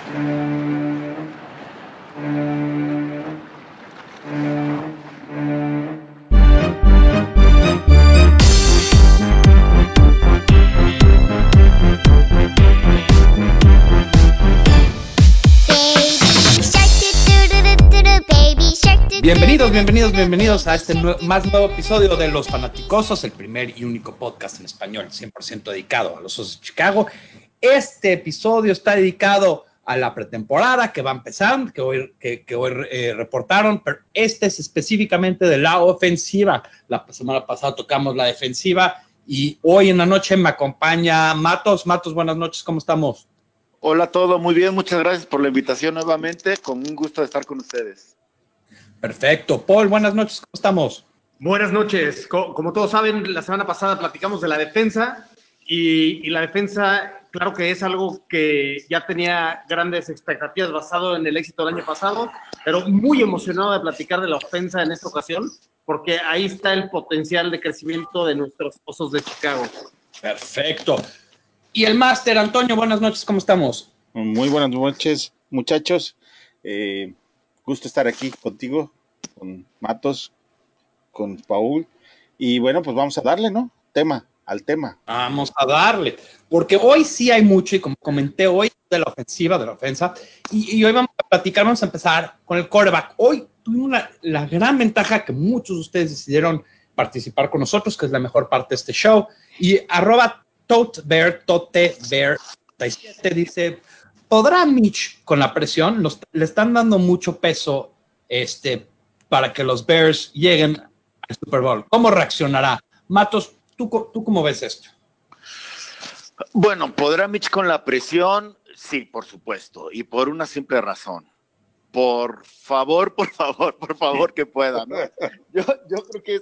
Bienvenidos a este más nuevo episodio de Los Fanaticosos, el primer y único podcast en español 100% dedicado a los Osos de Chicago. Este episodio está dedicado a la pretemporada que va a empezar, que hoy reportaron, pero este es específicamente de la ofensiva. La semana pasada tocamos la defensiva y hoy en la noche me acompaña Matos. Matos, buenas noches, ¿cómo estamos? Hola a todos, muy bien, muchas gracias por la invitación nuevamente, con un gusto de estar con ustedes. Perfecto. Paul, buenas noches, ¿cómo estamos? Buenas noches. Como todos saben, la semana pasada platicamos de la defensa y la defensa, claro que es algo que ya tenía grandes expectativas basado en el éxito del año pasado, pero muy emocionado de platicar de la ofensa en esta ocasión, porque ahí está el potencial de crecimiento de nuestros Osos de Chicago. Perfecto. Y el máster, Antonio, buenas noches, ¿cómo estamos? Muy buenas noches, muchachos. Gusto estar aquí contigo, con Matos, con Paul. Y bueno, pues vamos a darle, ¿no? Al tema. Vamos a darle, porque hoy sí hay mucho, y como comenté, hoy de la ofensiva, de la ofensa, y hoy vamos a platicar, vamos a empezar con el quarterback. Hoy tuvimos la gran ventaja que muchos de ustedes decidieron participar con nosotros, que es la mejor parte de este show, y @ToteBear, ToteBear 37 dice, ¿podrá Mitch con la presión? Le están dando mucho peso para que los Bears lleguen al Super Bowl. ¿Cómo reaccionará? Matos, ¿tú cómo ves esto? Bueno, ¿podrá Mitch con la presión? Sí, por supuesto, y por una simple razón. Por favor, que pueda, ¿no? Yo creo que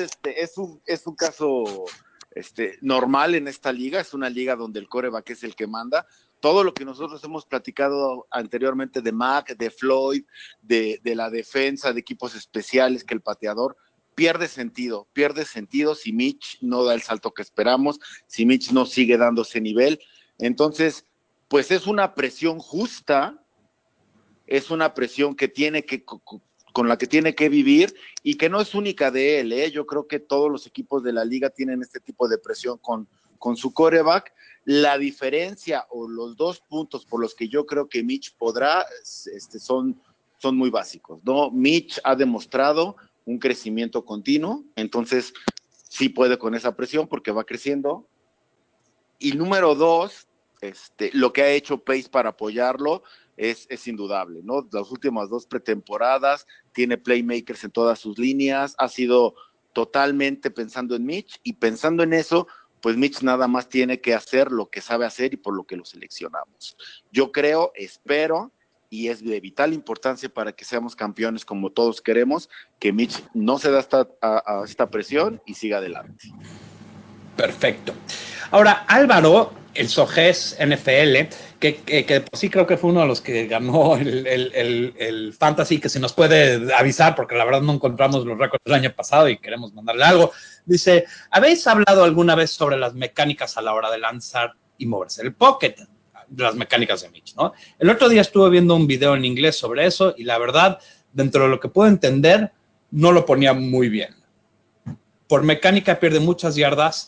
es un caso normal en esta liga, es una liga donde el quarterback es el que manda. Todo lo que nosotros hemos platicado anteriormente de Mac, de Floyd, de la defensa, de equipos especiales, que el pateador pierde sentido si Mitch no da el salto que esperamos, si Mitch no sigue dando ese nivel. Entonces, pues es una presión justa, es una presión que con la que tiene que vivir y que no es única de él, ¿eh? Yo creo que todos los equipos de la liga tienen este tipo de presión con su quarterback. La diferencia o los 2 puntos por los que yo creo que Mitch podrá son muy básicos, ¿no? Mitch ha demostrado un crecimiento continuo, entonces sí puede con esa presión porque va creciendo. Y número 2, lo que ha hecho Pace para apoyarlo es indudable, ¿no? Las últimas 2 pretemporadas, tiene playmakers en todas sus líneas, ha sido totalmente pensando en Mitch, y pensando en eso, pues Mitch nada más tiene que hacer lo que sabe hacer y por lo que lo seleccionamos. Yo creo, espero, y es de vital importancia para que seamos campeones como todos queremos, que Mitch no se da a esta presión y siga adelante. Perfecto. Ahora, Álvaro, el Sojés NFL, que pues sí creo que fue uno de los que ganó el Fantasy, que si nos puede avisar, porque la verdad no encontramos los récords del año pasado y queremos mandarle algo. Dice, ¿habéis hablado alguna vez sobre las mecánicas a la hora de lanzar y moverse el pocket? Las mecánicas de Mitch, ¿no? El otro día estuve viendo un video en inglés sobre eso y la verdad, dentro de lo que puedo entender, no lo ponía muy bien. Por mecánica pierde muchas yardas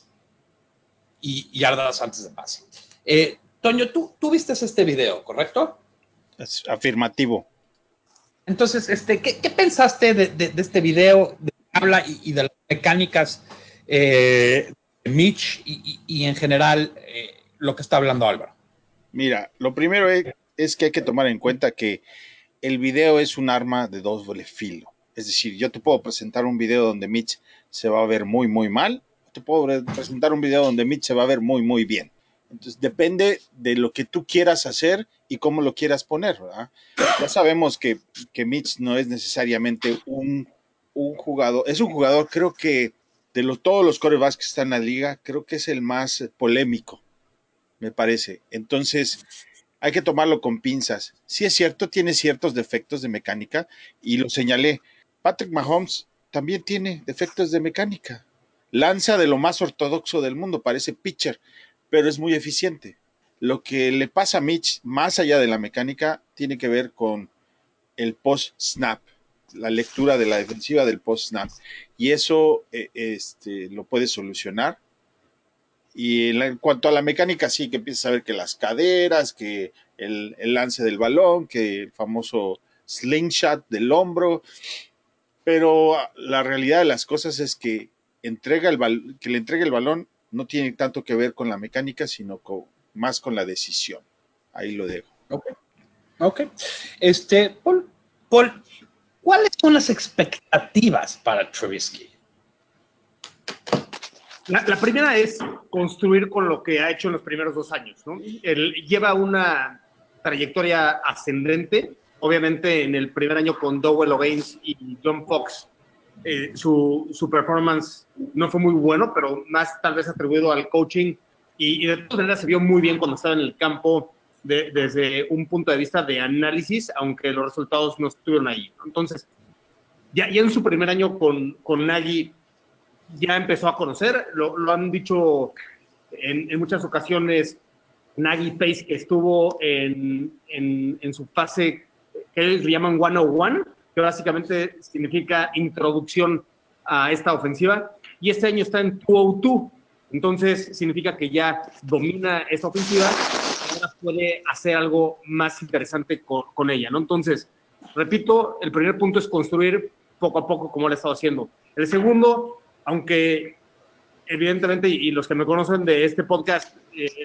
y yardas antes de pase. Toño, tú viste este video, ¿correcto? Es afirmativo. Entonces, ¿qué pensaste de este video de habla y de las mecánicas de Mitch y en general lo que está hablando Álvaro? Mira, lo primero es que hay que tomar en cuenta que el video es un arma de doble filo. Es decir, yo te puedo presentar un video donde Mitch se va a ver muy, muy mal. Te puedo presentar un video donde Mitch se va a ver muy, muy bien. Entonces, depende de lo que tú quieras hacer y cómo lo quieras poner, ¿verdad? Ya sabemos que Mitch no es necesariamente un jugador. Es un jugador, creo que todos los quarterbacks que están en la liga, creo que es el más polémico, me parece. Entonces, hay que tomarlo con pinzas. Sí es cierto, tiene ciertos defectos de mecánica y lo señalé. Patrick Mahomes también tiene defectos de mecánica. Lanza de lo más ortodoxo del mundo, parece pitcher, pero es muy eficiente. Lo que le pasa a Mitch, más allá de la mecánica, tiene que ver con el post-snap, la lectura de la defensiva del post-snap. Y eso lo puede solucionar. Y en cuanto a la mecánica, sí, que empiezas a ver que las caderas, que el lance del balón, que el famoso slingshot del hombro. Pero la realidad de las cosas es que que le entregue el balón no tiene tanto que ver con la mecánica, sino más con la decisión. Ahí lo dejo. Ok. Paul, ¿cuáles son las expectativas para Trubisky? La primera es construir con lo que ha hecho en los primeros 2 años, ¿no? Él lleva una trayectoria ascendente. Obviamente, en el primer año con Dowell O'Gaines y John Fox, su performance no fue muy bueno, pero más tal vez atribuido al coaching. Y de todas maneras se vio muy bien cuando estaba en el campo desde un punto de vista de análisis, aunque los resultados no estuvieron ahí. Entonces, ya en su primer año con Nagy, ya empezó a conocer, lo han dicho en muchas ocasiones Nagy Pace, que estuvo en su fase que ellos le llaman 101, que básicamente significa introducción a esta ofensiva, y este año está en 202, entonces significa que ya domina esta ofensiva y ahora puede hacer algo más interesante con ella, ¿no? Entonces, repito, el primer punto es construir poco a poco como lo he estado haciendo. El segundo, aunque evidentemente, y los que me conocen de este podcast,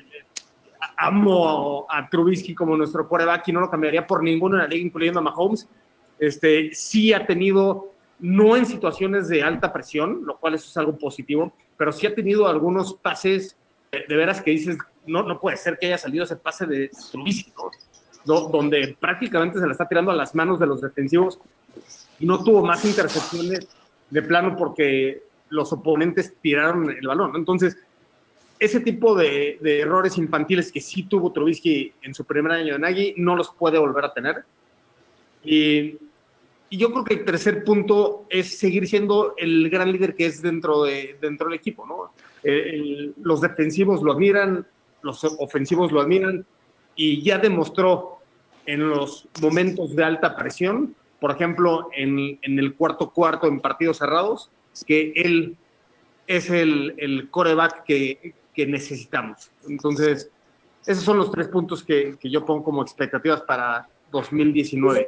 amo a Trubisky como nuestro quarterback y no lo cambiaría por ninguno en la liga, incluyendo a Mahomes. Sí ha tenido, no en situaciones de alta presión, lo cual eso es algo positivo, pero sí ha tenido algunos pases de veras que dices, no puede ser que haya salido ese pase de Trubisky, ¿no? Donde prácticamente se le está tirando a las manos de los defensivos y no tuvo más intercepciones de plano porque los oponentes tiraron el balón. Entonces, ese tipo de errores infantiles que sí tuvo Trubisky en su primer año de Nagy, no los puede volver a tener. Y yo creo que el tercer punto es seguir siendo el gran líder que es dentro del equipo, ¿no? Los defensivos lo admiran, los ofensivos lo admiran, y ya demostró en los momentos de alta presión, por ejemplo, en el cuarto en partidos cerrados, que él es el quarterback que necesitamos. Entonces, esos son los 3 puntos que yo pongo como expectativas para 2019.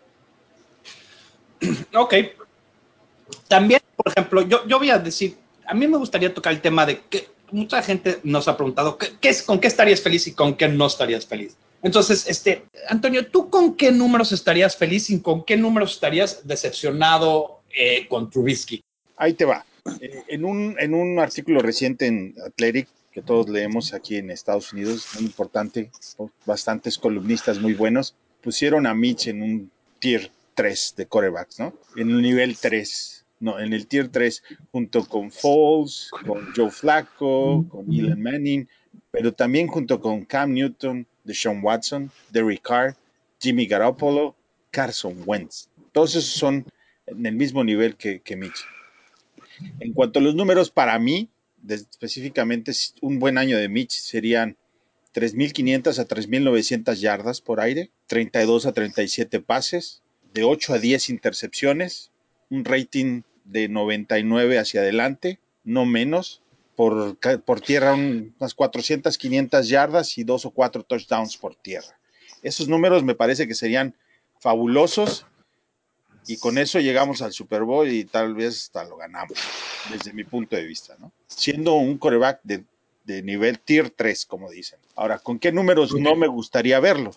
Ok. También, por ejemplo, yo voy a decir, a mí me gustaría tocar el tema de que mucha gente nos ha preguntado con qué estarías feliz y con qué no estarías feliz. Entonces, Antonio, ¿tú con qué números estarías feliz y con qué números estarías decepcionado con Trubisky? Ahí te va. En un artículo reciente en Athletic, que todos leemos aquí en Estados Unidos, muy importante, bastantes columnistas muy buenos, pusieron a Mitch en un tier 3 de quarterbacks, ¿no? En un nivel 3, no, en el tier 3, junto con Foles, con Joe Flacco, con Eli Manning, pero también junto con Cam Newton, Deshaun Watson, Derek Carr, Jimmy Garoppolo, Carson Wentz. Todos esos son en el mismo nivel que Mitch. En cuanto a los números, para mí, específicamente, un buen año de Mitch serían 3.500 a 3.900 yardas por aire, 32 a 37 pases, de 8 a 10 intercepciones, un rating de 99 hacia adelante, no menos, por tierra unas 400, 500 yardas y 2 o 4 touchdowns por tierra. Esos números me parece que serían fabulosos y con eso llegamos al Super Bowl y tal vez hasta lo ganamos, desde mi punto de vista, ¿no? Siendo un quarterback de nivel tier 3, como dicen. Ahora, ¿con qué números no me gustaría verlo?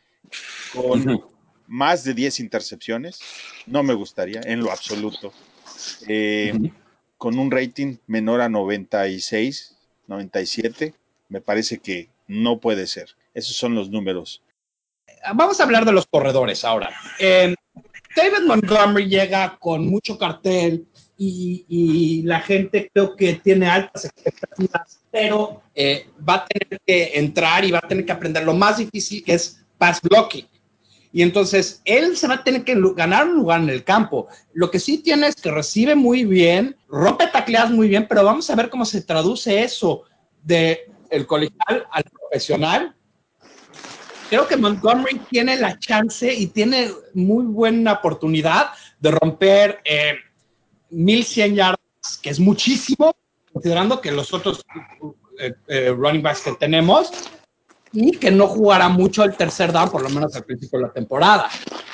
Con más de 10 intercepciones, no me gustaría, en lo absoluto. Con un rating menor a 96, 97, me parece que no puede ser. Esos son los números. Vamos a hablar de los corredores ahora. David Montgomery llega con mucho cartel y la gente creo que tiene altas expectativas, pero va a tener que entrar y va a tener que aprender lo más difícil, que es pass blocking. Y entonces él se va a tener que ganar un lugar en el campo. Lo que sí tiene es que recibe muy bien, rompe tacleadas muy bien, pero vamos a ver cómo se traduce eso de el colegial al profesional creo que Montgomery tiene la chance y tiene muy buena oportunidad de romper 1,100 yardas, que es muchísimo, considerando que los otros running backs que tenemos, y que no jugará mucho el tercer down, por lo menos al principio de la temporada.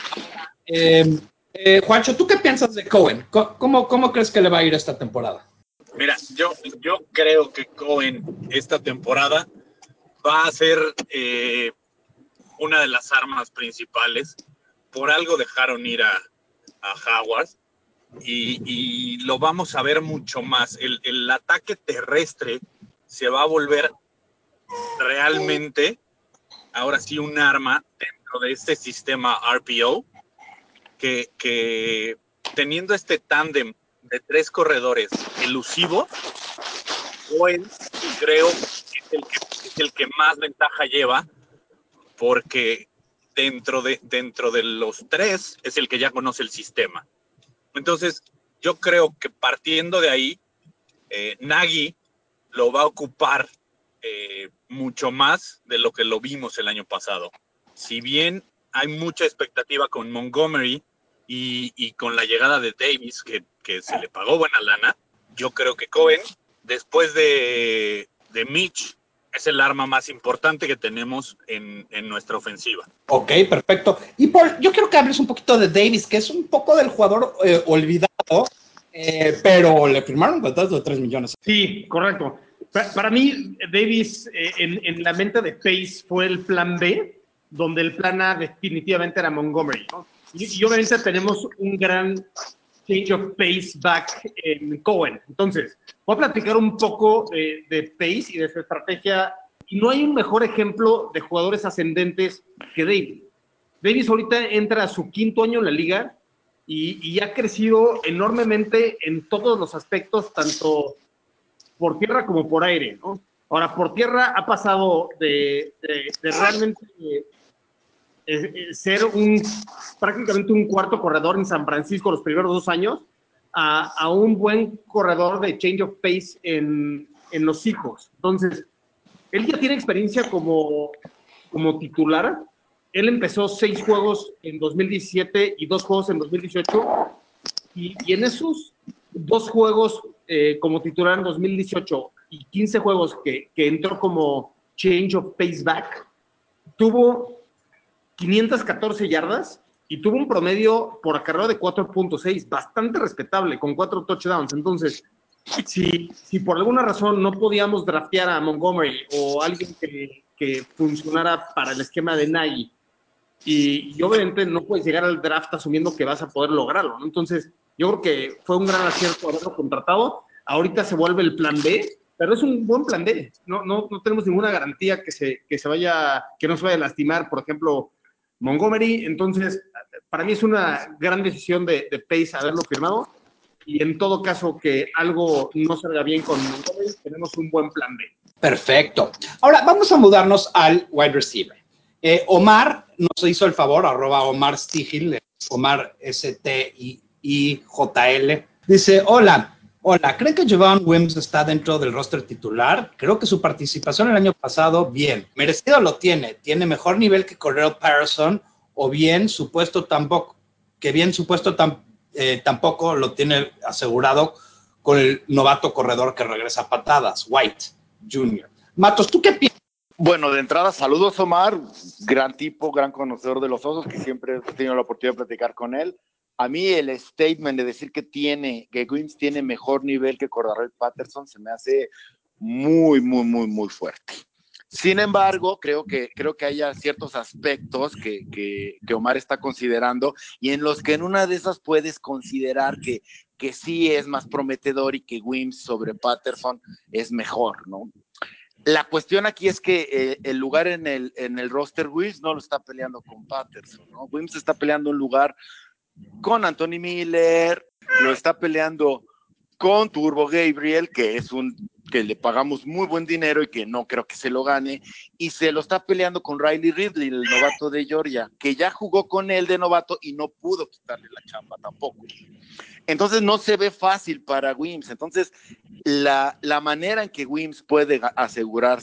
Juancho, ¿tú qué piensas de Cohen? ¿Cómo crees que le va a ir esta temporada? Mira, yo creo que Cohen esta temporada va a ser una de las armas principales. Por algo dejaron ir a Howard y lo vamos a ver mucho más. El ataque terrestre se va a volver realmente, ahora sí, un arma dentro de este sistema RPO que teniendo este tándem de 3 corredores elusivos, Cohen creo que es el que más ventaja lleva, porque dentro de los 3 es el que ya conoce el sistema. Entonces, yo creo que partiendo de ahí, Nagy lo va a ocupar mucho más de lo que lo vimos el año pasado. Si bien hay mucha expectativa con Montgomery y con la llegada de Davis, que se le pagó buena lana, yo creo que Cohen, después de Mitch, es el arma más importante que tenemos en nuestra ofensiva. Ok, perfecto. Y Paul, yo quiero que hables un poquito de Davis, que es un poco del jugador olvidado, pero le firmaron un contrato de 3 millones. Sí, correcto. Para mí, Davis, en la mente de Pace, fue el plan B, donde el plan A definitivamente era Montgomery, ¿no? Y obviamente tenemos un gran change of pace back en Cohen. Entonces, voy a platicar un poco de Pace y de su estrategia. Y no hay un mejor ejemplo de jugadores ascendentes que Davis. Davis ahorita entra a su 5º año en la liga y ha crecido enormemente en todos los aspectos, tanto por tierra como por aire, ¿no? Ahora, por tierra ha pasado de realmente ser prácticamente un cuarto corredor en San Francisco los primeros 2 años a un buen corredor de change of pace en los Seahawks. Entonces, él ya tiene experiencia como titular. Él empezó 6 juegos en 2017 y 2 juegos en 2018. Y en esos 2 juegos como titular en 2018 y 15 juegos que entró como change of pace back, tuvo 514 yardas y tuvo un promedio por acarreo de 4.6, bastante respetable, con 4 touchdowns. Entonces, si por alguna razón no podíamos draftear a Montgomery o alguien que funcionara para el esquema de Nagy, y obviamente no puedes llegar al draft asumiendo que vas a poder lograrlo, ¿no? Entonces, yo creo que fue un gran acierto haberlo contratado. Ahorita se vuelve el plan B, pero es un buen plan B. No tenemos ninguna garantía que no se vaya a lastimar, por ejemplo, Montgomery. Entonces, para mí es una gran decisión de Pace haberlo firmado. Y en todo caso que algo no salga bien con Montgomery, tenemos un buen plan B. Perfecto. Ahora vamos a mudarnos al wide receiver. Omar nos hizo el favor, @Omar Stigil, Omar STIJL, dice: Hola, ¿creen que Javon Wims está dentro del roster titular? Creo que su participación el año pasado, bien, merecido lo tiene mejor nivel que Cordell Patterson, o bien su puesto tampoco, tampoco lo tiene asegurado con el novato corredor que regresa a patadas, White Jr. Matos, ¿tú qué piensas? Bueno, de entrada, saludos, Omar, gran tipo, gran conocedor de los Osos, que siempre he tenido la oportunidad de platicar con él. A mí el statement de decir que Wims tiene mejor nivel que Cordell Patterson se me hace muy, muy, muy, muy fuerte. Sin embargo, creo que haya ciertos aspectos que Omar está considerando y en los que en una de esas puedes considerar que sí es más prometedor y que Wims sobre Patterson es mejor, ¿no? La cuestión aquí es que el lugar en el roster, Wims no lo está peleando con Patterson, ¿no? Wims está peleando un lugar con Anthony Miller, lo está peleando con Turbo Gabriel, que le pagamos muy buen dinero y que no creo que se lo gane, y se lo está peleando con Riley Ridley, el novato de Georgia, que ya jugó con él de novato y no pudo quitarle la chamba tampoco. Entonces no se ve fácil para Wims. Entonces la manera en que Wims puede asegurarse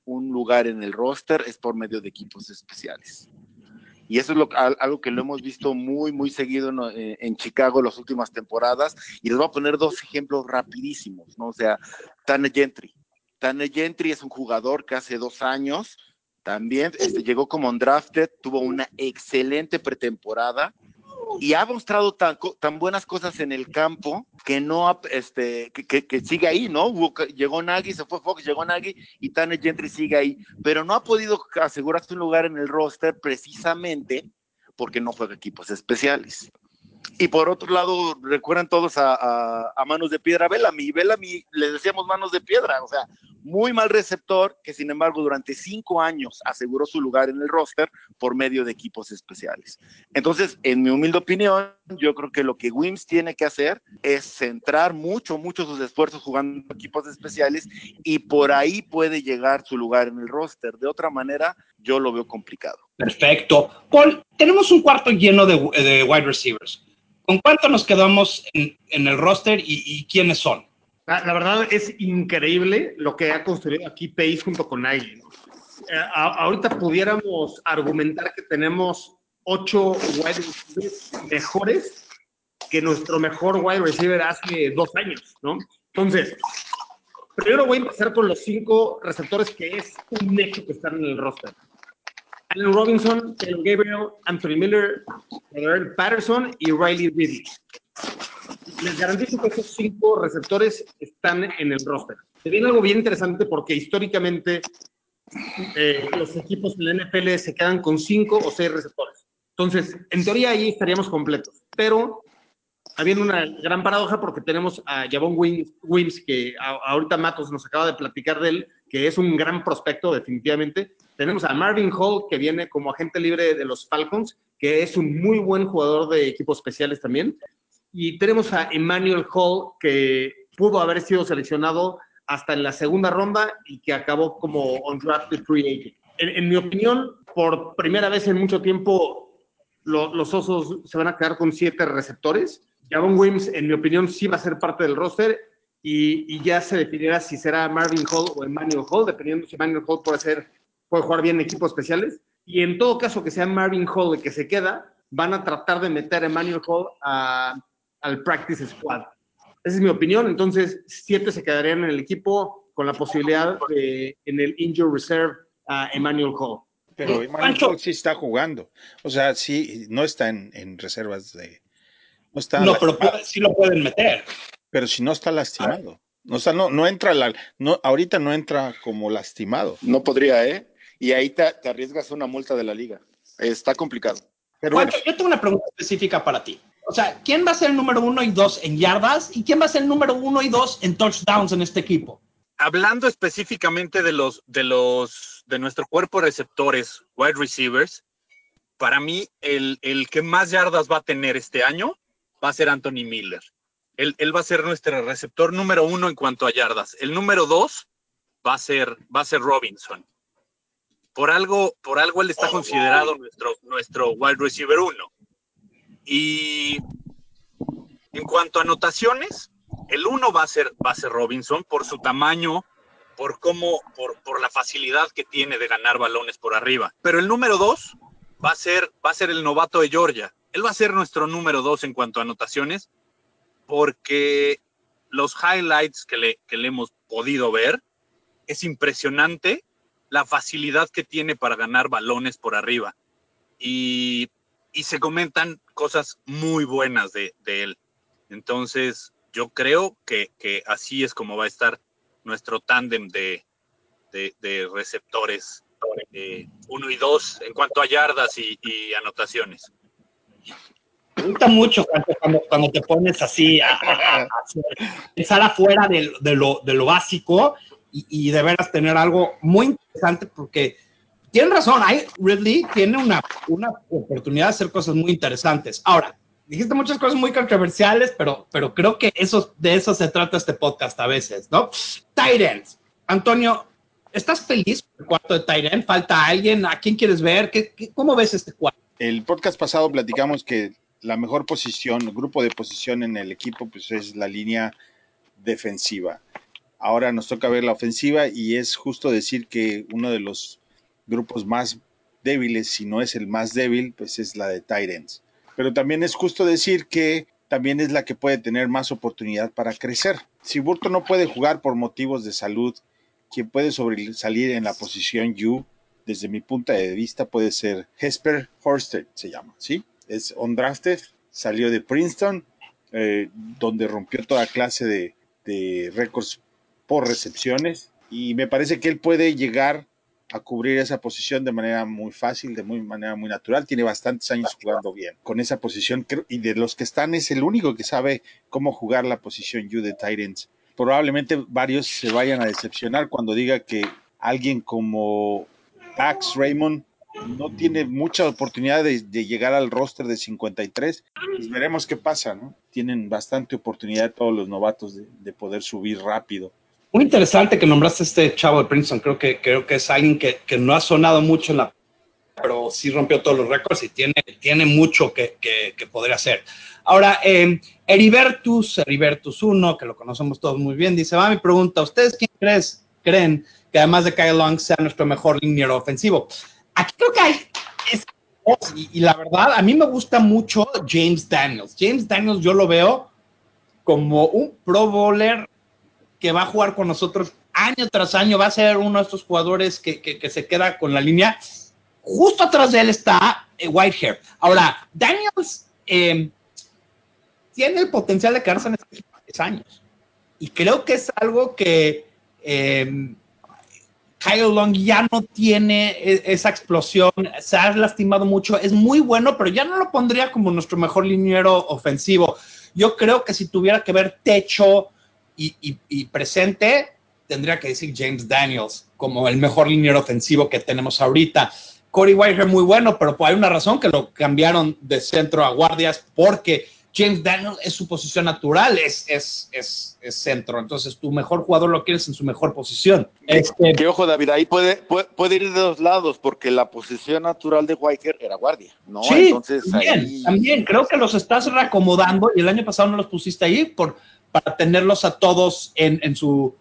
un lugar en el roster es por medio de equipos especiales. Y eso es algo que lo hemos visto muy, muy seguido en Chicago las últimas temporadas. Y les voy a poner 2 ejemplos rapidísimos, ¿no? O sea, Tanner Gentry. Tanner Gentry es un jugador que hace 2 años también llegó como undrafted, tuvo una excelente pretemporada y ha mostrado tan buenas cosas en el campo que no que sigue ahí, ¿no? Llegó Nagy, se fue Fox, llegó Nagy y Tanner Gentry sigue ahí, pero no ha podido asegurarse un lugar en el roster precisamente porque no juega equipos especiales. Y por otro lado, recuerdan todos a Manos de Piedra, Bellamy le decíamos Manos de Piedra, o sea, muy mal receptor, que sin embargo durante 5 años aseguró su lugar en el roster por medio de equipos especiales. Entonces, en mi humilde opinión, yo creo que lo que Wims tiene que hacer es centrar mucho sus esfuerzos jugando equipos especiales y por ahí puede llegar su lugar en el roster. De otra manera, yo lo veo complicado. Perfecto. Paul, tenemos un cuarto lleno de wide receivers. ¿Con cuánto nos quedamos en el roster y quiénes son? La verdad es increíble lo que ha construido aquí Pace junto con Nagy, ¿no? Ahorita pudiéramos argumentar que tenemos 8 wide receivers mejores que nuestro mejor wide receiver hace 2 años, ¿no? Entonces, primero voy a empezar con los 5 receptores que es un hecho que están en el roster. Allen Robinson, Taylor Gabriel, Anthony Miller, Cordarrelle Patterson y Riley Ridley. Les garantizo que esos 5 receptores están en el roster. Se viene algo bien interesante porque históricamente los equipos en la NFL se quedan con 5 o 6 receptores. Entonces, en teoría ahí estaríamos completos. Pero habiendo una gran paradoja porque tenemos a Javon Wims, que ahorita Matos nos acaba de platicar de él, que es un gran prospecto definitivamente. Tenemos a Marvin Hall, que viene como agente libre de los Falcons, que es un muy buen jugador de equipos especiales también. Y tenemos a Emmanuel Hall, que pudo haber sido seleccionado hasta en la segunda ronda y que acabó como undrafted free agent. En mi opinión, por primera vez en mucho tiempo, los Osos se van a quedar con 7 receptores. Javon Wims, en mi opinión, sí va a ser parte del roster y ya se definirá si será Marvin Hall o Emmanuel Hall, dependiendo si Emmanuel Hall puede jugar bien en equipos especiales. Y en todo caso, que sea Marvin Hall el que se queda, van a tratar de meter a Emmanuel Hall al practice squad. Esa es mi opinión. Entonces, 7 se quedarían en el equipo con la posibilidad de, en el injury reserve, a Emmanuel Hall. Pero Emmanuel Hall sí está jugando. O sea, sí, no está en reservas de... No está No, pero lastimado. sí lo pueden meter. Pero si no está lastimado. O sea, no entra ahorita no entra como lastimado. No podría, ¿eh? Y ahí te arriesgas una multa de la liga. Está complicado. Pero Juancho, bueno, yo tengo una pregunta específica para ti. O sea, ¿quién va a ser el número 1 y 2 en yardas? ¿Y quién va a ser el número 1 y 2 en touchdowns en este equipo? Hablando específicamente de nuestro cuerpo de receptores, wide receivers, para mí el que más yardas va a tener este año va a ser Anthony Miller. Él va a ser nuestro receptor número 1 en cuanto a yardas. El número 2 va a ser Robinson. Por algo él está considerado nuestro wide receiver 1. Y en cuanto a anotaciones, el 1 va a ser Robinson por su tamaño, por la facilidad que tiene de ganar balones por arriba. Pero el número 2 va a ser el novato de Georgia. Él va a ser nuestro número 2 en cuanto a anotaciones, porque los highlights que le hemos podido ver, es impresionante la facilidad que tiene para ganar balones por arriba. Y se comentan cosas muy buenas de él. Entonces, yo creo que así es como va a estar nuestro tándem de receptores 1 y 2 en cuanto a yardas y anotaciones. Me gusta mucho cuando te pones así a pensar afuera de lo básico y de veras tener algo muy interesante porque tienen razón, Ridley tiene una oportunidad de hacer cosas muy interesantes. Ahora, dijiste muchas cosas muy controversiales, pero creo que de eso se trata este podcast a veces, ¿no? Tight ends. Antonio, ¿estás feliz con el cuarto de tight end? ¿Falta alguien? ¿A quién quieres ver? ¿Cómo ves este cuarto? el podcast pasado platicamos que la mejor posición, grupo de posición en el equipo, pues es la línea defensiva. Ahora nos toca ver la ofensiva y es justo decir que uno de los grupos más débiles, si no es el más débil, pues es la de tight ends. Pero también es justo decir que también es la que puede tener más oportunidad para crecer. Si Burton no puede jugar por motivos de salud, quien puede sobresalir en la posición U, desde mi punto de vista, puede ser Hesper Horsted, se llama, ¿sí? Es undrafted, salió de Princeton, donde rompió toda clase de récords por recepciones, y me parece que él puede llegar a cubrir esa posición de manera muy fácil, manera muy natural. Tiene bastantes años jugando bien con esa posición, y de los que están es el único que sabe cómo jugar la posición U de tight ends. Probablemente varios se vayan a decepcionar cuando diga que alguien como Dax Raymond no tiene mucha oportunidad de llegar al roster de 53. Pues veremos qué pasa, ¿no? Tienen bastante oportunidad todos los novatos de poder subir rápido. Muy interesante que nombraste a este chavo de Princeton. Creo que es alguien que no ha sonado mucho en la, pero sí rompió todos los récords y tiene mucho que poder hacer. Ahora, Heribertus 1, que lo conocemos todos muy bien, dice, va mi pregunta, ¿ustedes creen que además de Kyle Long sea nuestro mejor liniero ofensivo? Aquí creo que hay y la verdad, a mí me gusta mucho James Daniels. James Daniels yo lo veo como un Pro Bowler que va a jugar con nosotros año tras año, va a ser uno de estos jugadores que se queda con la línea. Justo atrás de él está Whitehair. Ahora, Daniels tiene el potencial de quedarse en este equipo 10 años. Y creo que es algo que Kyle Long ya no tiene esa explosión, se ha lastimado mucho, es muy bueno, pero ya no lo pondría como nuestro mejor liniero ofensivo. Yo creo que si tuviera que ver techo y presente, tendría que decir James Daniels como el mejor liniero ofensivo que tenemos ahorita. Corey Whitehair muy bueno, pero hay una razón que lo cambiaron de centro a guardias porque James Daniels es su posición natural, es centro. Entonces, tu mejor jugador lo quieres en su mejor posición. Que ojo, David, ahí puede ir de dos lados, porque la posición natural de Whitehair era guardia, ¿no? Sí, Entonces también. Creo que los estás reacomodando y el año pasado no los pusiste ahí para tenerlos a todos en su.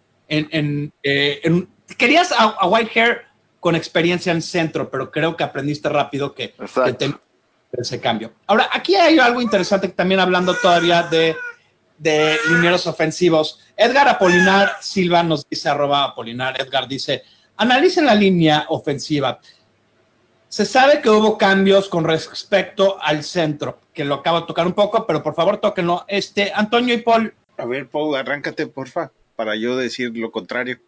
Querías a Whitehair con experiencia en centro, pero creo que aprendiste rápido que ese cambio. Ahora, aquí hay algo interesante también hablando todavía de linieros ofensivos. Edgar Apolinar Silva nos dice, @Apolinar, Edgar dice, analicen la línea ofensiva. Se sabe que hubo cambios con respecto al centro, que lo acabo de tocar un poco, pero por favor tóquenlo. Antonio y Paul. A ver, Paul, arráncate, porfa, para yo decir lo contrario.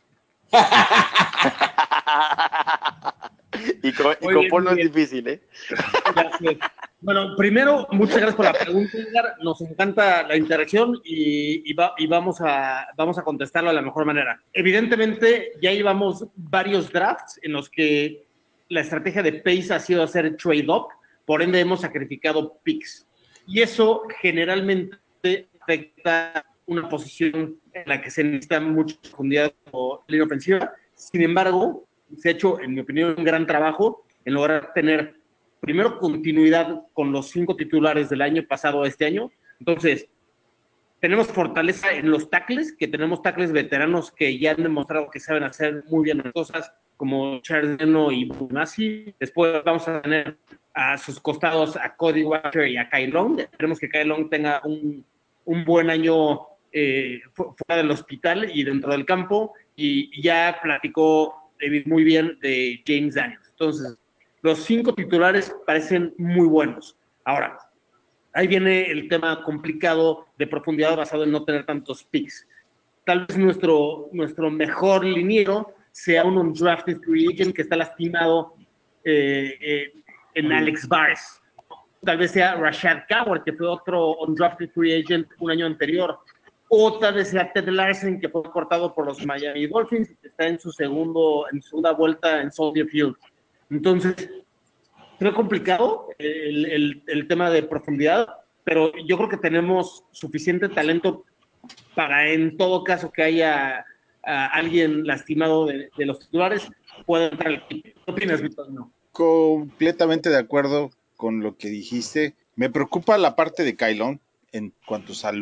y con Paul no es difícil, ¿eh? Bueno, primero, muchas gracias por la pregunta, Edgar. Nos encanta la interacción y vamos a contestarlo de la mejor manera. Evidentemente, ya llevamos varios drafts en los que la estrategia de Pace ha sido hacer trade-up, por ende hemos sacrificado picks. Y eso generalmente afecta una posición en la que se necesita mucha profundidad o línea ofensiva. Sin embargo, se ha hecho, en mi opinión, un gran trabajo en lograr tener primero continuidad con los 5 titulares del año pasado a este año. Entonces, tenemos fortaleza en los tackles, que tenemos tackles veteranos que ya han demostrado que saben hacer muy bien las cosas, como Charles Leno y Bunasi. Después vamos a tener a sus costados a Cody Walker y a Kyle Long. Esperemos que Kyle Long tenga un buen año fuera del hospital y dentro del campo. Y ya platicó David muy bien de James Daniels. Entonces, los 5 titulares parecen muy buenos. Ahora, ahí viene el tema complicado de profundidad basado en no tener tantos picks. Tal vez nuestro mejor liniero sea un undrafted free agent que está lastimado en Alex Bars. Tal vez sea Rashad Coward, que fue otro undrafted free agent un año anterior. O tal vez sea Ted Larsen, que fue cortado por los Miami Dolphins y que está en su segunda vuelta en Soldier Field. Entonces, creo complicado el tema de profundidad, pero yo creo que tenemos suficiente talento para, en todo caso, que haya alguien lastimado de los titulares, pueda entrar al equipo. ¿Qué opinas, Víctor? No. Completamente de acuerdo con lo que dijiste. Me preocupa la parte de Kylon en cuanto a salud.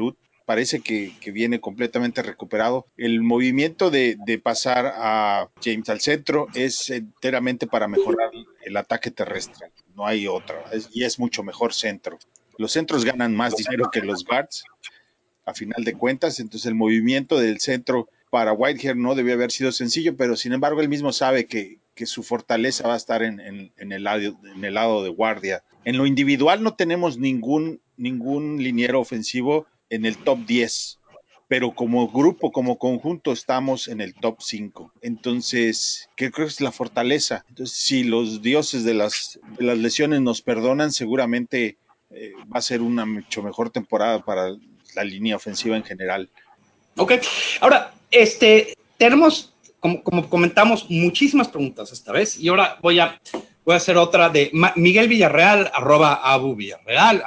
parece que viene completamente recuperado. El movimiento de pasar a James al centro es enteramente para mejorar el ataque terrestre. No hay otra. Y es mucho mejor centro. Los centros ganan más dinero que los guards, a final de cuentas. Entonces el movimiento del centro para Whitehair no debió haber sido sencillo, pero sin embargo él mismo sabe que su fortaleza va a estar en el lado de guardia. En lo individual no tenemos ningún liniero ofensivo en el top 10, pero como grupo, como conjunto, estamos en el top 5. Entonces, ¿qué creo que es la fortaleza? Entonces, si los dioses de las lesiones nos perdonan, seguramente va a ser una mucho mejor temporada para la línea ofensiva en general. Ok, ahora, tenemos, como comentamos, muchísimas preguntas esta vez, y ahora voy a hacer otra de Miguel Villarreal, @Abu Villarreal,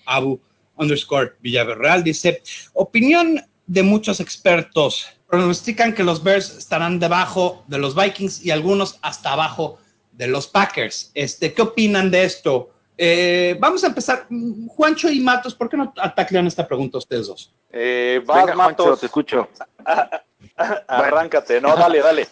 @Abu_Villarreal, dice, opinión de muchos expertos, pronostican que los Bears estarán debajo de los Vikings y algunos hasta abajo de los Packers. ¿Qué opinan de esto? Vamos a empezar. Juancho y Matos, ¿por qué no taclean esta pregunta ustedes dos? Vas, venga, Matos. Juancho, te escucho. Arráncate, no, dale.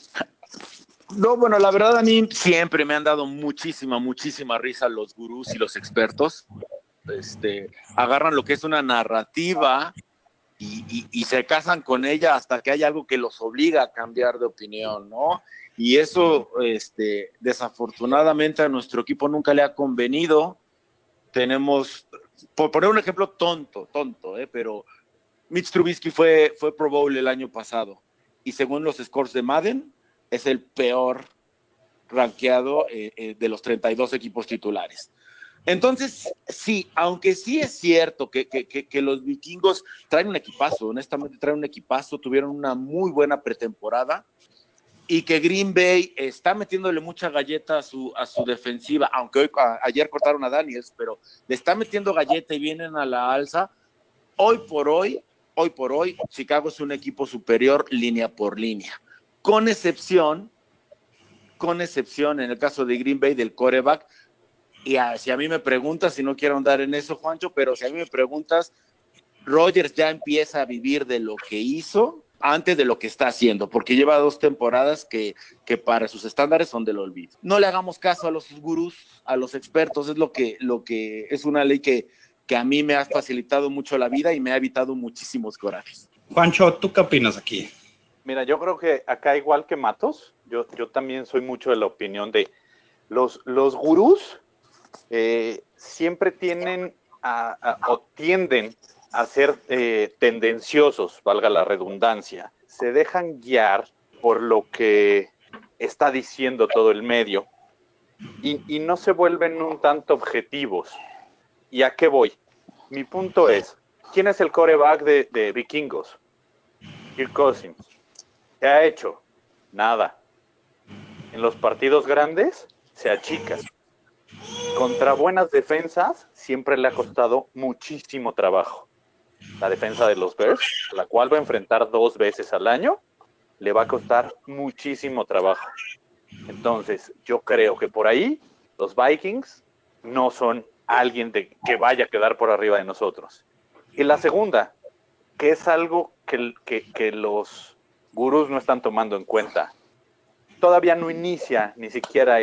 No, bueno, la verdad a mí siempre me han dado muchísima risa los gurús y los expertos. Agarran lo que es una narrativa y se casan con ella hasta que hay algo que los obliga a cambiar de opinión, ¿no? Y eso, desafortunadamente a nuestro equipo nunca le ha convenido. Tenemos, por poner un ejemplo tonto, pero Mitch Trubisky fue Pro Bowl el año pasado y según los scores de Madden es el peor rankeado de los 32 equipos titulares. Entonces, sí, aunque sí es cierto que los vikingos traen un equipazo, honestamente traen un equipazo, tuvieron una muy buena pretemporada y que Green Bay está metiéndole mucha galleta a su defensiva, aunque ayer cortaron a Daniels, pero le está metiendo galleta y vienen a la alza. Hoy por hoy, Chicago es un equipo superior línea por línea, con excepción en el caso de Green Bay del quarterback. Y si a mí me preguntas, si no quiero andar en eso, Juancho, pero si a mí me preguntas, Rodgers ya empieza a vivir de lo que hizo antes de lo que está haciendo, porque lleva 2 temporadas que para sus estándares son del olvido. No le hagamos caso a los gurús, a los expertos, es lo que es una ley que a mí me ha facilitado mucho la vida y me ha evitado muchísimos corajes. Juancho, ¿tú qué opinas aquí? Mira, yo creo que acá igual que Matos, yo también soy mucho de la opinión de los gurús siempre tienen o tienden a ser tendenciosos, valga la redundancia. Se dejan guiar por lo que está diciendo todo el medio y no se vuelven un tanto objetivos. ¿Y a qué voy? Mi punto es, ¿quién es el quarterback de Vikingos? Kirk Cousins. ¿Qué ha hecho? Nada. En los partidos grandes se achica. Contra buenas defensas siempre le ha costado muchísimo trabajo. La defensa de los Bears, la cual va a enfrentar 2 veces al año, le va a costar muchísimo trabajo. Entonces, yo creo que por ahí los Vikings no son alguien que vaya a quedar por arriba de nosotros. Y la segunda, que es algo que los gurús no están tomando en cuenta. Todavía no inicia ni siquiera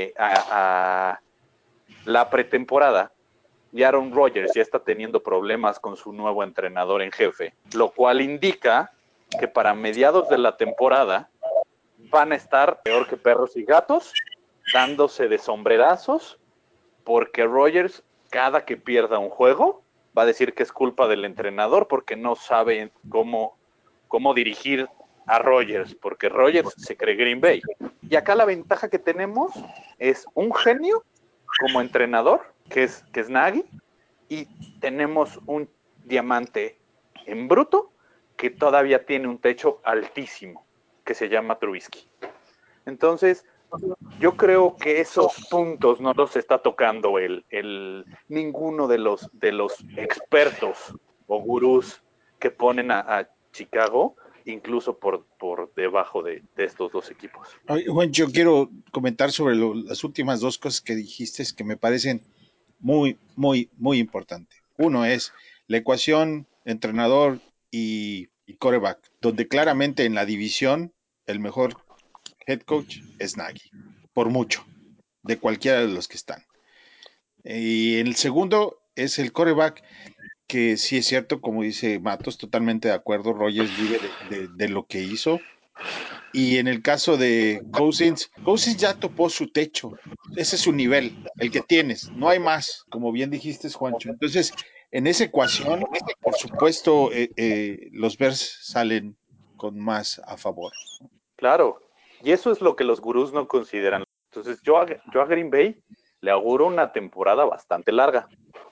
la pretemporada y Aaron Rodgers ya está teniendo problemas con su nuevo entrenador en jefe, lo cual indica que para mediados de la temporada van a estar peor que perros y gatos, dándose de sombrerazos, porque Rodgers, cada que pierda un juego, va a decir que es culpa del entrenador porque no sabe cómo dirigir a Rodgers, porque Rodgers se cree Green Bay. Y acá la ventaja que tenemos es un genio como entrenador, que es Nagy, y tenemos un diamante en bruto que todavía tiene un techo altísimo, que se llama Trubisky. Entonces, yo creo que esos puntos no los está tocando ninguno de los expertos o gurús que ponen a Chicago, incluso por debajo de estos dos equipos. Juan, yo quiero comentar sobre las últimas 2 cosas que dijiste que me parecen muy, muy, muy importantes. Uno es la ecuación entrenador y quarterback, donde claramente en la división el mejor head coach es Nagy, por mucho, de cualquiera de los que están. Y en el segundo es el quarterback, que sí es cierto, como dice Matos, totalmente de acuerdo, Rogers vive de lo que hizo. Y en el caso de Cousins, Cousins ya topó su techo, ese es su nivel, el que tienes, no hay más, como bien dijiste, Juancho. Entonces, en esa ecuación, por supuesto, los Bears salen con más a favor. Claro, y eso es lo que los gurús no consideran. Entonces, yo a Green Bay le auguro una temporada bastante larga.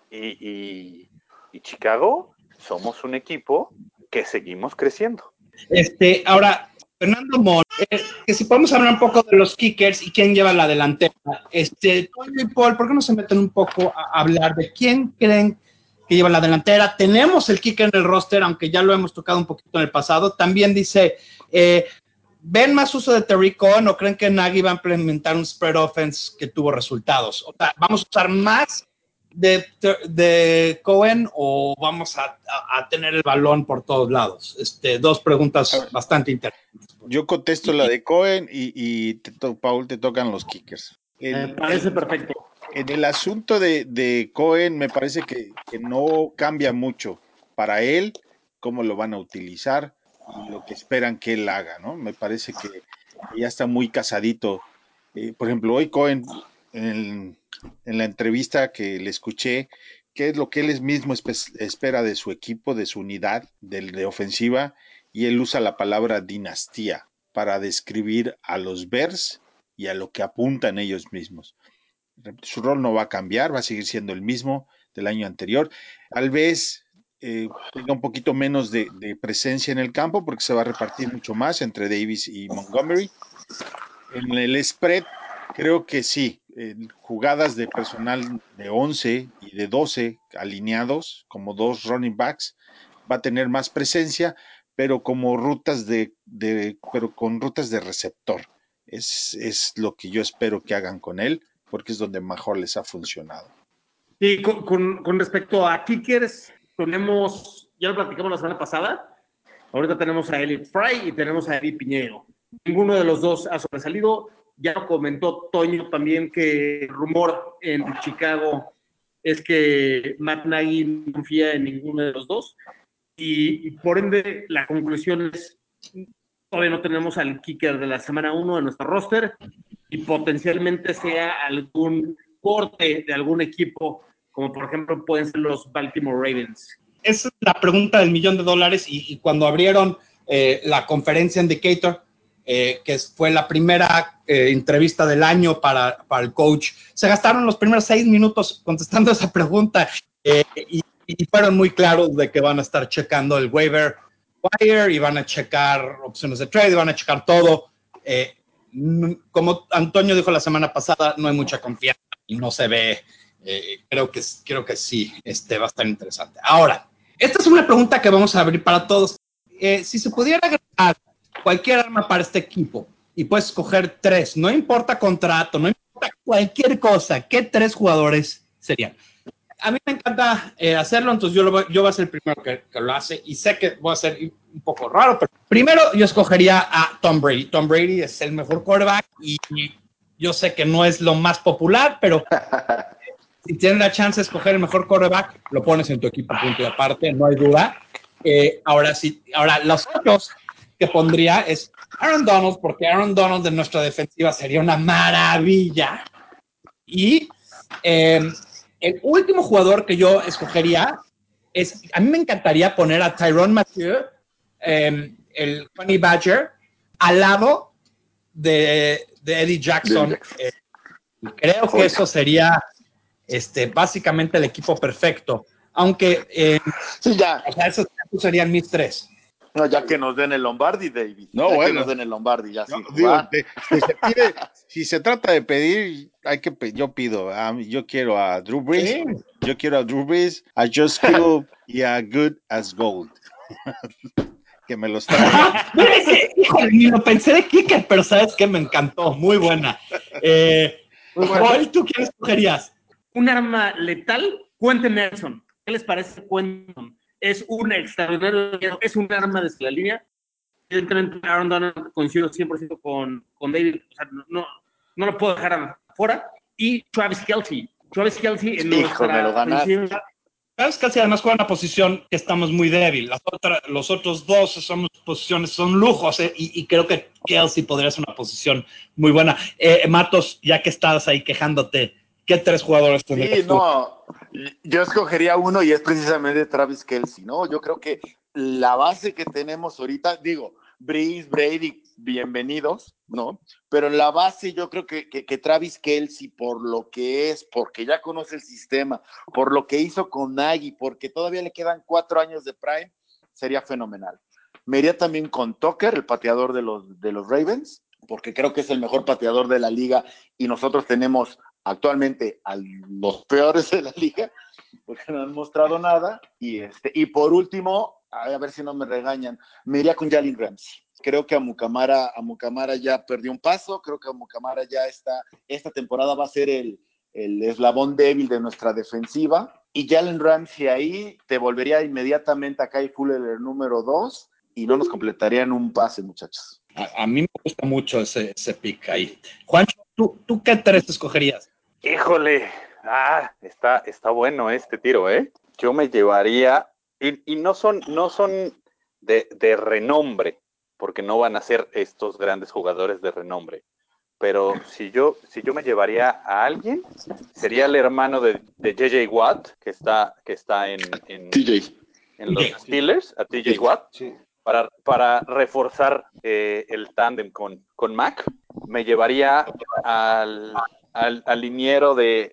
Y Chicago somos un equipo que seguimos creciendo. Ahora, Fernando Mon, que si podemos hablar un poco de los kickers y quién lleva la delantera. Toño y Paul, ¿por qué no se meten un poco a hablar de quién creen que lleva la delantera? Tenemos el kicker en el roster, aunque ya lo hemos tocado un poquito en el pasado. También dice, ¿ven más uso de Terry Cohen o creen que Nagy va a implementar un spread offense que tuvo resultados? O sea, ¿vamos a usar más de Cohen o vamos a tener el balón por todos lados? Dos preguntas bastante interesantes. Yo contesto la de Cohen y Paul, te tocan los kickers. Me parece perfecto. En el asunto de Cohen, me parece que no cambia mucho para él, cómo lo van a utilizar y lo que esperan que él haga, ¿no? Me parece que ya está muy casadito. Por ejemplo, hoy Cohen, en la entrevista que le escuché, qué es lo que él mismo espera de su equipo, de su unidad, de ofensiva, y él usa la palabra dinastía para describir a los Bears y a lo que apuntan ellos mismos. Su rol no va a cambiar, va a seguir siendo el mismo del año anterior. Tal vez tenga un poquito menos de presencia en el campo porque se va a repartir mucho más entre Davis y Montgomery. En el spread, creo que sí, jugadas de personal de 11 y de 12 alineados como dos running backs, va a tener más presencia, pero como pero con rutas de receptor. Es lo que yo espero que hagan con él, porque es donde mejor les ha funcionado. Y con respecto a kickers, ya lo platicamos la semana pasada, ahorita tenemos a Elliot Fry y tenemos a Eddie Piñero. Ninguno de los dos ha sobresalido. Ya lo comentó Toño también que el rumor en Chicago es que Matt Nagy no confía en ninguno de los dos. Y por ende, la conclusión es, todavía no tenemos al kicker de la semana 1 en nuestro roster y potencialmente sea algún corte de algún equipo, como por ejemplo pueden ser los Baltimore Ravens. Esa es la pregunta del $1,000,000 y cuando abrieron la conferencia en Decatur, que fue la primera entrevista del año para el coach, se gastaron los primeros 6 minutos contestando esa pregunta y fueron muy claros de que van a estar checando el waiver wire y van a checar opciones de trade, van a checar todo. Como Antonio dijo la semana pasada, no hay mucha confianza y no se ve. Creo que sí, va a estar interesante. Ahora, esta es una pregunta que vamos a abrir para todos. Si se pudiera agregar cualquier arma para este equipo y puedes escoger 3, no importa contrato, no importa cualquier cosa, ¿qué 3 jugadores serían? A mí me encanta hacerlo, entonces yo voy a ser el primero que lo hace y sé que voy a ser un poco raro, pero primero yo escogería a Tom Brady. Tom Brady es el mejor quarterback y yo sé que no es lo más popular, pero si tienes la chance de escoger el mejor quarterback, lo pones en tu equipo, punto y aparte, no hay duda. Ahora los otros que pondría es Aaron Donald, porque Aaron Donald de nuestra defensiva sería una maravilla. Y el último jugador que yo escogería a mí me encantaría poner a Tyrann Mathieu, el Honey Badger, al lado de Eddie Jackson. Creo que eso sería básicamente el equipo perfecto. Aunque, Sí, ya. o sea, esos serían mis 3. No, ya que nos den el Lombardi, David. No, ya bueno. que nos den el Lombardi, ya No, sin digo, jugar. si se pide, si se trata de pedir, yo pido. Yo quiero a Drew Brees, Sí. yo quiero a Drew Brees, a Just Kittle y a Good as Gold. Que me los traigan. Híjole, ni lo pensé de kicker, pero sabes que me encantó. Muy buena. Paul, ¿tú quién escogerías? Un arma letal, Quentin Nelson. ¿Qué les parece Quentin? es un extraordinario, es un arma desde la línea. Evidentemente, Aaron Donald coincido 100% con David, o sea, no lo puedo dejar afuera. Y Travis Kelce en Hijo, me lo nuestra ganaste. ofensiva. Sabes que además juega una posición que estamos muy débil. Los otros dos son posiciones, son lujos, y creo que Kelsey podría ser una posición muy buena. Matos, ya que estás ahí quejándote, ¿qué 3 jugadores tendrías Sí, tú? no, yo escogería uno y es precisamente Travis Kelce, ¿no? Yo creo que la base que tenemos ahorita, digo, Breeze, Brady, bienvenidos, ¿no? Pero la base yo creo que Travis Kelce, por lo que es, porque ya conoce el sistema, por lo que hizo con Nagy, porque todavía le quedan 4 años de prime, sería fenomenal. Me iría también con Tucker, el pateador de los Ravens, porque creo que es el mejor pateador de la liga y nosotros tenemos actualmente a los peores de la liga, porque no han mostrado nada. Y por último, a ver si no me regañan, me iría con Jalen Ramsey. Creo que a Mucamara ya perdió un paso, creo que a Mucamara ya esta temporada va a ser el eslabón débil de nuestra defensiva. Y Jalen Ramsey ahí te volvería inmediatamente a Kai Fuller el número 2 y no nos completarían un pase, muchachos. A mí me gusta mucho ese pick ahí. Juancho, ¿tú qué 3 escogerías? Híjole, está bueno este tiro, ¿eh? Yo me llevaría, y no son de renombre, porque no van a ser estos grandes jugadores de renombre, pero si yo me llevaría a alguien, sería el hermano de J.J. Watt, que está TJ. en los Steelers, a TJ Watt, Sí. para reforzar el tándem con Mac. Me llevaría al liniero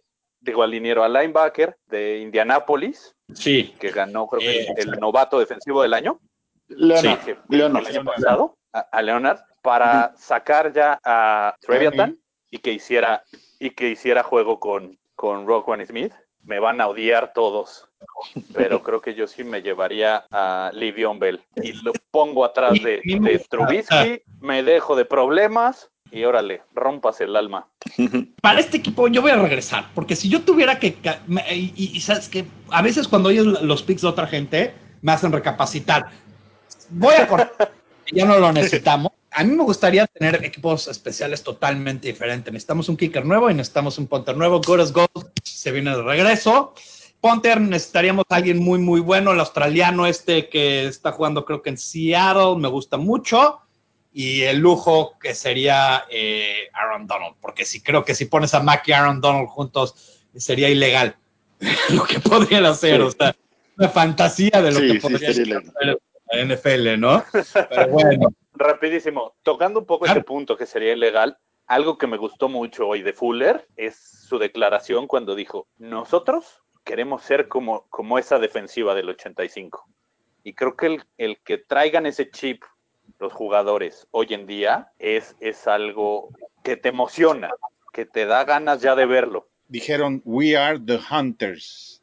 al linebacker de Indianapolis, Sí. que ganó, creo que el novato defensivo del año. Leonard, Sí, Leonard. el año pasado, a Leonard, para sacar ya a Treviatan y que hiciera juego con Roquan Smith. Me van a odiar todos, pero creo que yo sí me llevaría a Le'Veon Bell y lo pongo atrás de Trubisky, me dejo de problemas y órale, rompas el alma. Para este equipo yo voy a regresar, porque si yo tuviera que... Y sabes que a veces cuando oyes los picks de otra gente, me hacen recapacitar. Voy a cortar, ya no lo necesitamos. A mí me gustaría tener equipos especiales totalmente diferentes. Necesitamos un kicker nuevo y necesitamos un punter nuevo. Good as Gold se viene de regreso. Punter, necesitaríamos a alguien muy, muy bueno. El australiano que está jugando creo que en Seattle, me gusta mucho. Y el lujo que sería Aaron Donald, porque creo que si pones a Mac y Aaron Donald juntos sería ilegal lo que podrían hacer, Sí. o sea, una fantasía de lo que podría hacer la NFL, ¿no? Pero bueno. Rapidísimo, tocando un poco ese punto que sería ilegal, algo que me gustó mucho hoy de Fuller es su declaración cuando dijo, nosotros queremos ser como esa defensiva del 85. Y creo que el que traigan ese chip los jugadores hoy en día es algo que te emociona, que te da ganas ya de verlo. Dijeron, we are the hunters.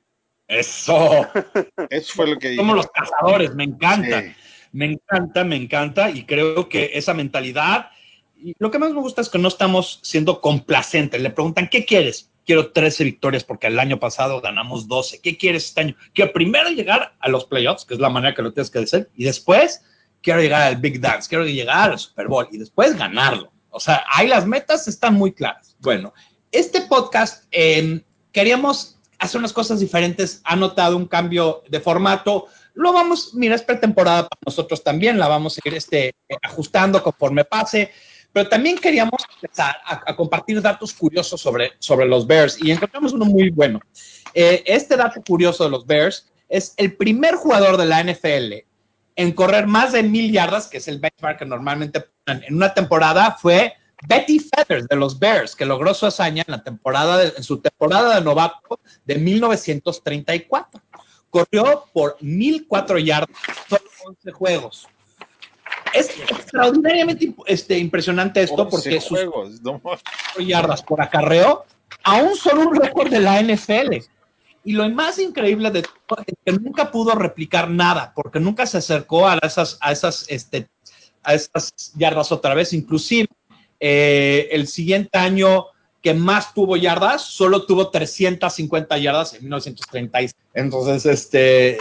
Eso. Eso fue lo que Somos dijeron. los cazadores, me encanta. Sí. Me encanta y creo que esa mentalidad, y lo que más me gusta es que no estamos siendo complacientes. Le preguntan, ¿qué quieres? Quiero 13 victorias porque el año pasado ganamos 12. ¿Qué quieres este año? Quiero primero llegar a los playoffs, que es la manera que lo tienes que decir, y después quiero llegar al Big Dance, quiero llegar al Super Bowl y después ganarlo. O sea, ahí las metas están muy claras. Bueno, este podcast queríamos hacer unas cosas diferentes, ha notado un cambio de formato. Lo vamos, mira, es pretemporada para nosotros también, la vamos a ir ajustando conforme pase, pero también queríamos empezar a compartir datos curiosos sobre los Bears y encontramos uno muy bueno. Este dato curioso de los Bears es el primer jugador de la NFL en correr más de 1,000 yardas, que es el benchmark que normalmente ponen en una temporada, fue Betty Feathers de los Bears, que logró su hazaña en su temporada de novato de 1934. Corrió por 1,004 yardas, solo 11 juegos. Es extraordinariamente impresionante esto porque sus yardas por acarreo aún son un récord de la NFL. Y lo más increíble de todo es que nunca pudo replicar nada, porque nunca se acercó a esas yardas otra vez. Inclusive, el siguiente año que más tuvo yardas, solo tuvo 350 yardas en 1936. Entonces,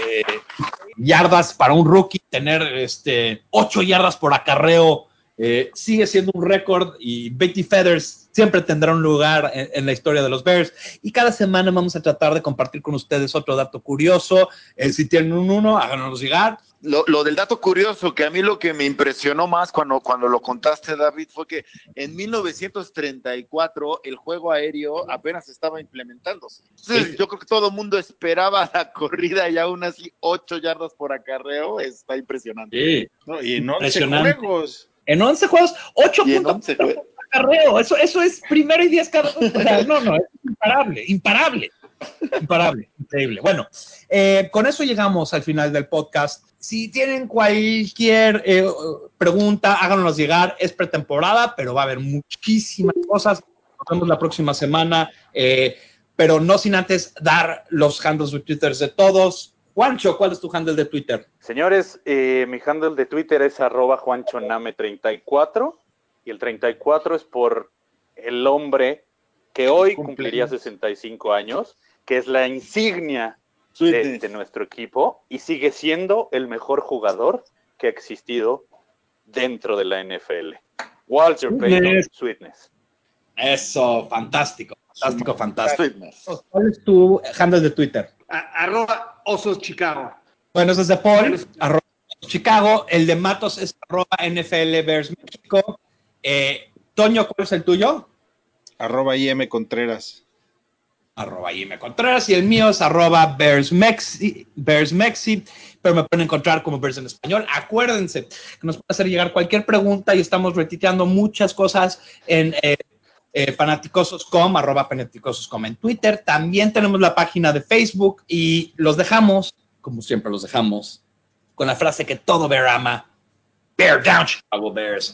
yardas para un rookie, tener 8 yardas por acarreo, sigue siendo un récord, y Betty Feathers siempre tendrá un lugar en la historia de los Bears. Y cada semana vamos a tratar de compartir con ustedes otro dato curioso. Si tienen uno, háganos llegar. Lo del dato curioso, que a mí lo que me impresionó más cuando lo contaste, David, fue que en 1934 el juego aéreo apenas estaba implementándose. Entonces, yo creo que todo el mundo esperaba la corrida, y aún así 8 yardas por acarreo está impresionante. Sí. No, y en 11 juegos. En 11 juegos, 8.4 por acarreo. Eso es primero y 10 cada. O sea, no, es imparable. Increíble. Bueno, con eso llegamos al final del podcast. Si tienen cualquier pregunta, háganos llegar. Es pretemporada, pero va a haber muchísimas cosas. Nos vemos la próxima semana, pero no sin antes dar los handles de Twitter de todos. Juancho, ¿cuál es tu handle de Twitter? Señores, mi handle de Twitter es @JuanchoName34, y el 34 es por el hombre que hoy cumpliría 65 años, que es la insignia de nuestro equipo y sigue siendo el mejor jugador que ha existido dentro de la NFL. Walter Payton Sweetness. Eso, fantástico. ¿Cuál es tu handle de Twitter? @OsosChicago. Bueno, ese es de Paul, @Chicago. El de Matos es @NFL Bears México. Toño, ¿cuál es el tuyo? @IMContreras. @IMContreras. Y el mío es @BearsMexi, pero me pueden encontrar como Bears en español. Acuérdense que nos pueden hacer llegar cualquier pregunta, y estamos retuiteando muchas cosas en fanaticosos.com, @fanaticosos.com en Twitter. También tenemos la página de Facebook, y los dejamos, como siempre los dejamos, con la frase que todo Bear ama: Bear down, Chicago Bears.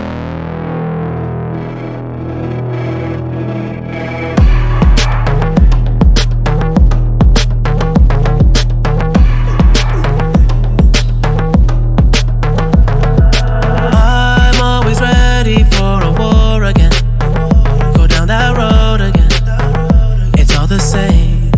I'm always ready for a war again. Go down that road again. It's all the same.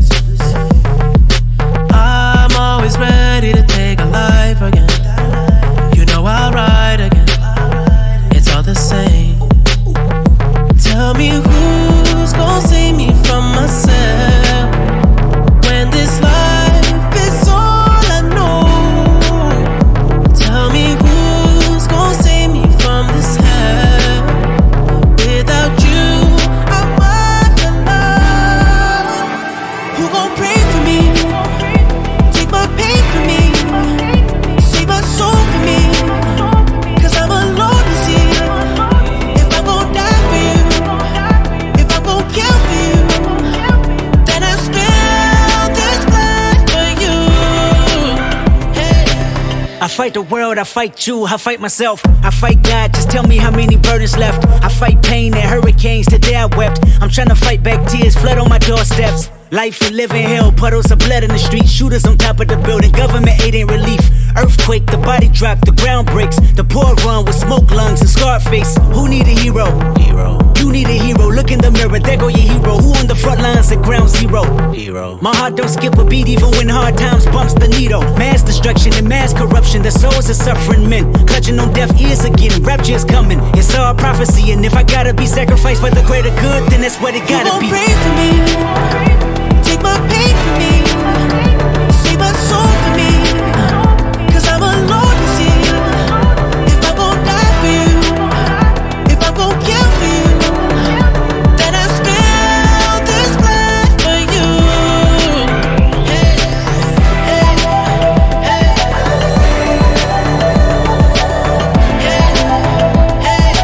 I'm always ready to take a life again. You know I'll ride again. It's all the same. Tell me who's gonna save me from myself when this life is all I know. Tell me who's gonna save me from this hell. Without you, I'm alone. Who gon' pray for me? Take my pain for me. Save my soul for me. 'Cause I'm alone to see. If I'm gon' die for you, if I'm gon' kill for you, then I spill this blood for you. Hey. I fight the world, I fight you, I fight myself, I fight God, just tell me how many burdens left. I fight pain and hurricanes, today I wept. I'm trying to fight back tears, flood on my doorsteps. Life we live in hell, puddles of blood in the street, shooters on top of the building, government aid ain't relief. Earthquake, the body drop, the ground breaks, the poor run with smoke lungs and scarred face. Who need a hero? You need a hero, look in the mirror, there go your hero. Who on the front lines at ground zero? My heart don't skip a beat even when hard times bumps the needle. Mass destruction and mass corruption, the souls of suffering men, clutching on deaf ears again, rapture's coming. It's all prophecy, and if I gotta be sacrificed for the greater good, then that's what it gotta You gon' be. pray for me, take my pain for me, save my soul for me. 'Cause I'm alone to see. If I'm gon' die for you, if I'm gon' kill for you, then I spill this blood for you. Hey, hey, hey. Hey, hey.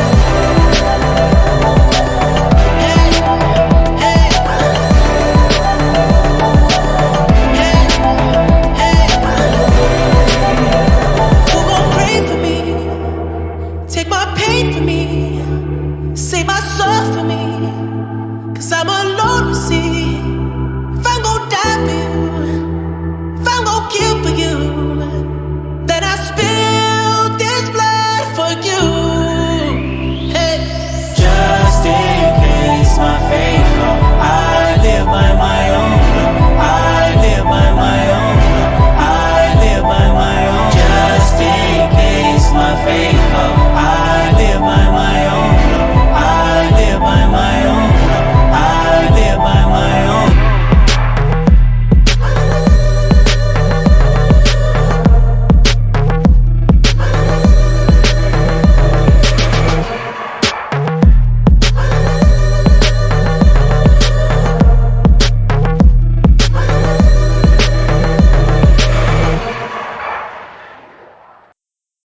Who gon' pray for me? Take my pain for me. Save my soul for me. 'Cause I'm alone to see.